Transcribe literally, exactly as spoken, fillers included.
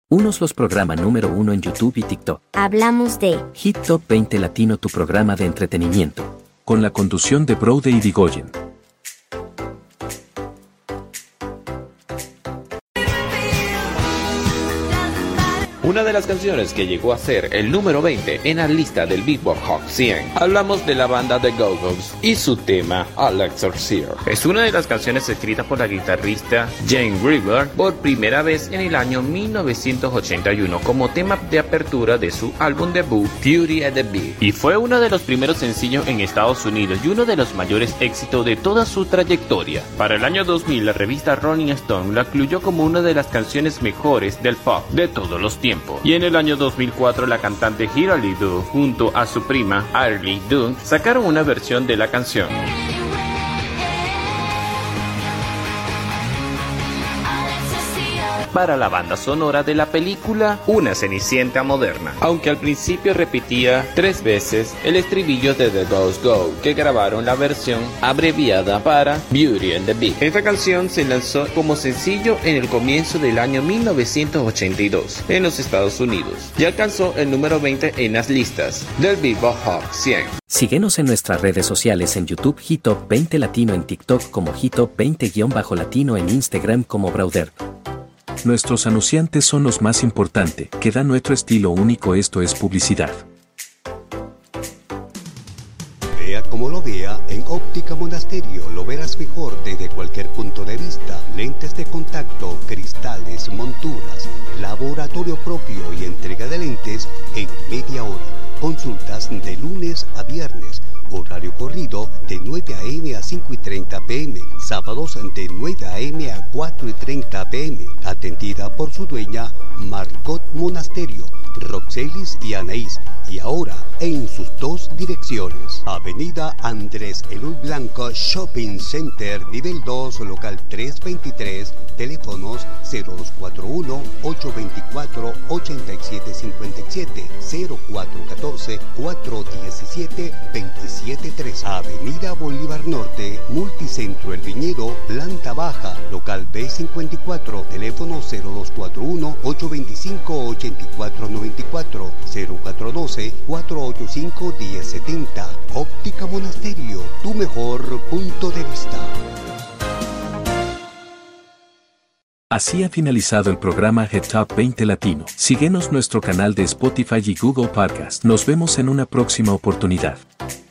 Unos los programa número uno en YouTube y TikTok. Hablamos de Hit Top veinte Latino, tu programa de entretenimiento. Con la conducción de Brode y Digoyen. Una de las canciones que llegó a ser el número veinte en la lista del Billboard Hot cien. Hablamos de la banda The Go-Go's y su tema Al Exorcist. Es una de las canciones escritas por la guitarrista Jane Greer por primera vez en el año mil novecientos ochenta y uno como tema de apertura de su álbum debut Beauty and the Beast, y fue uno de los primeros sencillos en Estados Unidos y uno de los mayores éxitos de toda su trayectoria. Para el año dos mil, la revista Rolling Stone la incluyó como una de las canciones mejores del pop de todos los tiempos. Y en el año dos mil cuatro, la cantante Hilary Duff junto a su prima Arlie Duff sacaron una versión de la canción. Para la banda sonora de la película Una Cenicienta Moderna, aunque al principio repetía tres veces el estribillo de The Go-Go's, que grabaron la versión abreviada para Beauty and the Beast. Esta canción se lanzó como sencillo en el comienzo del año mil novecientos ochenta y dos en los Estados Unidos y alcanzó el número veinte en las listas del Billboard Hot cien. Síguenos en nuestras redes sociales: en YouTube Hit Top veinte Latino, en TikTok como Hit Top veinte Latino, en Instagram como Browder. Nuestros anunciantes son los más importantes, que dan nuestro estilo único. Esto es publicidad. Vea como lo vea, en Óptica Monasterio lo verás mejor desde cualquier punto de vista. Lentes de contacto, cristales, monturas, laboratorio propio y entrega de lentes en media hora. Consultas de lunes a viernes. Horario corrido de nueve a eme a cinco y treinta pe eme, sábados de nueve a eme a cuatro y treinta pe eme, atendida por su dueña Margot Monasterio, Roxelis y Anaís, y ahora en sus dos direcciones: Avenida Andrés Eloy Blanco Shopping Center, nivel dos, local trescientos veintitrés, teléfonos cero dos cuatro uno, ocho dos cuatro, ocho siete cinco siete, cero cuatro uno cuatro, cuatro uno siete, dos siete tres. Avenida Bolívar Norte, Multicentro El Viñedo, planta baja, local be cincuenta y cuatro, teléfono cero dos cuatro uno, ocho dos cinco, ocho cuatro nueve cuatro, cero cuatro uno dos, cuatro ocho cinco, uno cero siete cero. Óptica Monasterio, tu mejor punto de vista. Así ha finalizado el programa Hit Top veinte Latino. Síguenos nuestro canal de Spotify y Google Podcast. Nos vemos en una próxima oportunidad.